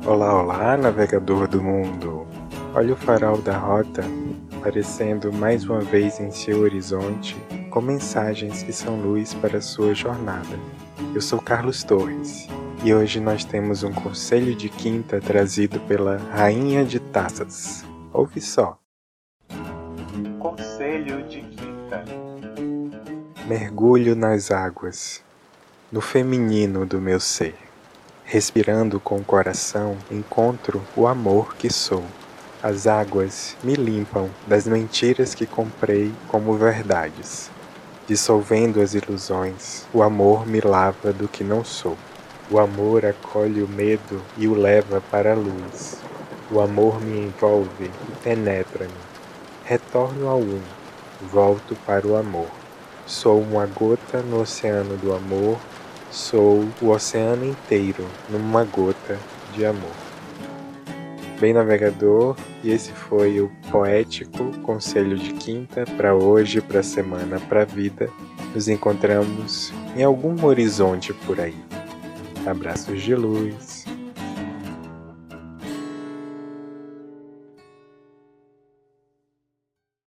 Olá, olá, navegador do mundo! Olha o farol da rota, aparecendo mais uma vez em seu horizonte, com mensagens que são luz para a sua jornada. Eu sou Carlos Torres, e hoje nós temos um conselho de quinta trazido pela Rainha de Taças. Ouve só! Conselho de quinta. Mergulho nas águas, no feminino do meu ser. Respirando com o coração, encontro o amor que sou. As águas me limpam das mentiras que comprei como verdades. Dissolvendo as ilusões, o amor me lava do que não sou. O amor acolhe o medo e o leva para a luz. O amor me envolve e penetra-me. Retorno ao volto para o amor. Sou uma gota no oceano do amor. Sou o oceano inteiro numa gota de amor. Bem, navegador, e esse foi o poético conselho de quinta para hoje, para a semana, para a vida. Nos encontramos em algum horizonte por aí. Abraços de luz.